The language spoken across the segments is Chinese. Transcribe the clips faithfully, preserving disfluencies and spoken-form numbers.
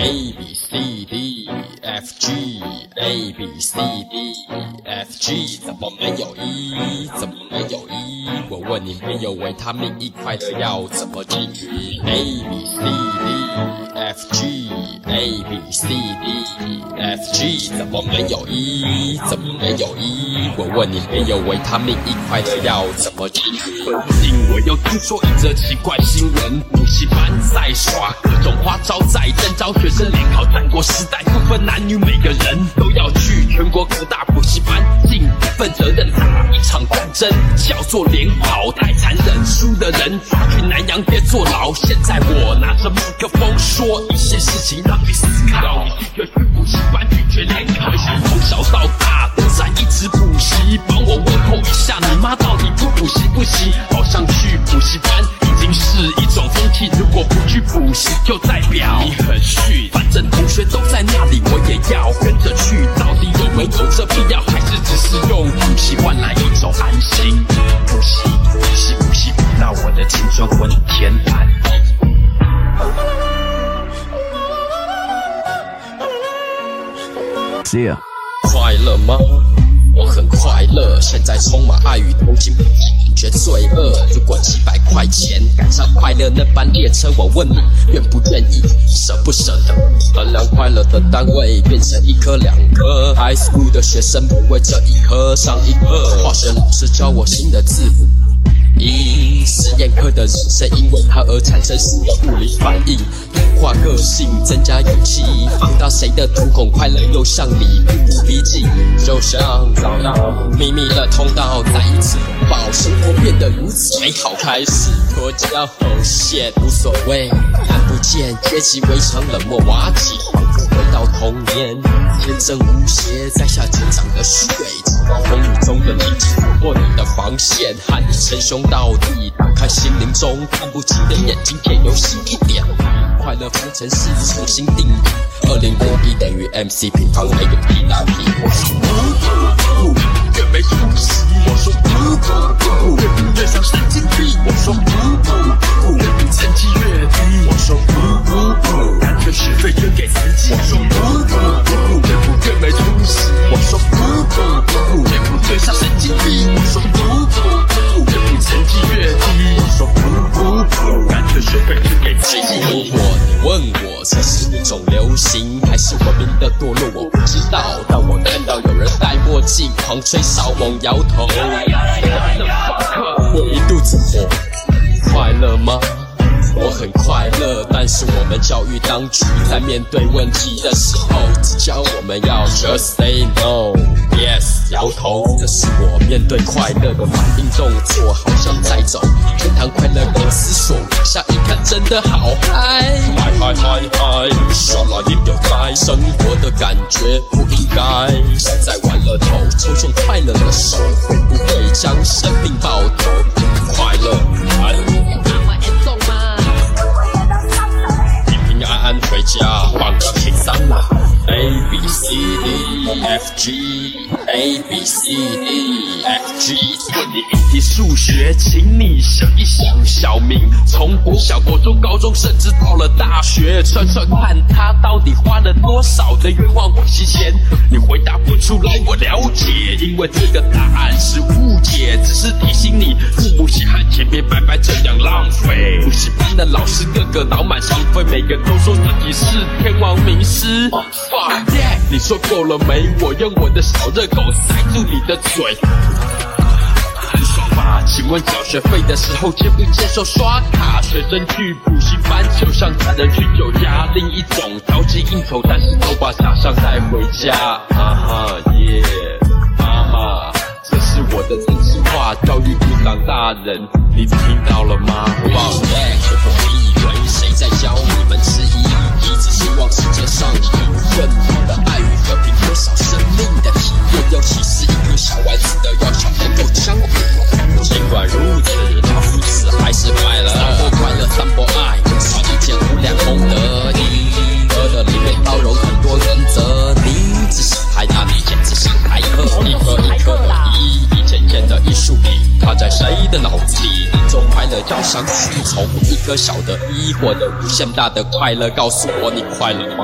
A B C D F G A B C D F G， 怎么没有 E？ 怎么没有 E？ 我问你，没有维他命 E 快乐要怎么治愈 ？A B C D F G A B C D F G， 怎么没有 E？ 怎么没有 E？ 我问你，没有维他命 E 快乐要怎么治愈？ 最近我又听说一则奇怪新闻，补习班在耍各种花招，在征招学生联考战国时代，不分男女，每个人都要去全国各大补习班尽一份责任，打一场战争，叫做联考，太残忍，输的人抓去南洋街坐牢。现在我拿着麦克风说一些事情让你思考，你拒绝去补习班，拒绝联考，从小到大都在一直补习，帮我问候一下你妈到底不补习不行？好像去补习班已经是一种风气，如果不去补习就代表你很逊，反正同学都在那里，我也要跟着去，到底有没有这必要，还是只是用补习换来一种安心？补习补习补习补到我的青春昏天暗地。 See ya。 快乐吗？我很快乐，现在充满爱与同情，不觉罪恶。如果几百块钱赶上快乐那班列车，我问你愿不愿意，舍不舍得？衡量快乐的单位变成一颗两颗 ，High School 的学生不为这一科上一课。化学老师教我新的字符。一实验课的人生因为它而产生新的物理反应，优化个性，增加勇气，放大谁的瞳孔，快乐又向你步步逼近，就像找到秘密的通道，再一次拥抱，生活变得如此美好。开始脱胶后线无所谓，看不见阶级围墙冷漠瓦解，仿佛回到童年，天真无邪，在夏天长的水，直到风雨中的你击破你的防线，和你称兄道弟，打开心灵中看不清的眼睛，变有心一点。快乐方程式重新定义，二零零一等于 M C 平方没有屁大屁。 我说不不不，越没出息。我说不不不，越不越像神经病。我说不不不，越比成绩越低。我说不不不，干脆学费捐给慈济。我说不不不，越不越没出息。我说不不不，越不越像神经病。我说不不不，越比成绩越低。我说不不不，干脆学费捐给慈济。 问我，你问我，这是一种流行，还是文明的堕落？我不知道。但我看到有人戴墨镜，狂吹哨，猛摇头。我一肚子火，快乐吗？我很快乐，但是我们教育当局在面对问题的时候，只教我们要 just say no yes 摇头。这是我面对快乐的反应动作，好像在走天堂快乐公司所，下一看真的好嗨嗨嗨嗨嗨，耍了也有在，生活的感觉不应该是在玩了头，抽中快乐的手，会不会将生命爆头？快乐快乐安回家，放个平桑啦。A B C D F G A B C D F G。 问你一题数学，请你想一想，小明从国小、国中、高中，甚至到了大学，算算看他到底花了多少的冤枉补习钱。你回答不出来，我了解，因为这个答案是误解，只是提醒你父母稀罕钱，别白白这样浪费。补习班的老师个个脑满肠飞，每个都说自己是天王名师。Fuck yeah！ 你说够了没？我用我的小热狗塞住你的嘴。很爽吧？请问缴学费的时候接不接受刷卡？学生去补习班就像家人去酒家，另一种交际应酬，但是都把傻上带回家。哈哈耶，妈妈，这是我的真心话，教育部长大人，你听到了吗？ 哇耶！我以为谁在教你们吃一一，只希望世界上有更多的爱与和平，多少生命的体验，尤其是一个小孩子的要求能够相比。尽管如此，老夫子还是快乐，散播快乐，散播爱，少一件无量功德。一格的里面包容很多原则，你只是海纳，你简直像台客，一颗一颗的一，一件件的艺术品，它在谁的脑子里？那种快乐交响曲，从一个小的一获得无限大的快乐，告诉我你快乐吗？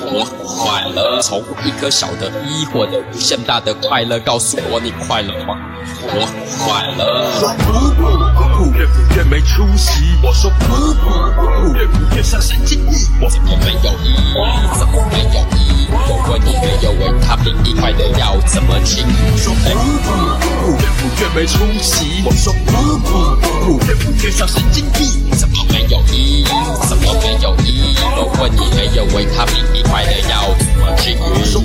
我快乐。从一颗小的一获得无限大的快乐，告诉我你快乐吗？我快乐。 不不不，越不越没出息。我说不不不，越不越像神经病。我怎么没有意义？怎么没有意义？我问你没有维他命一块的药怎么清？ 说不不不，越不越没出息。我说不不不，越不越像神经病。 怎么没有意义？怎么没有意义？我问你没有维他命一块的药怎么清？ 说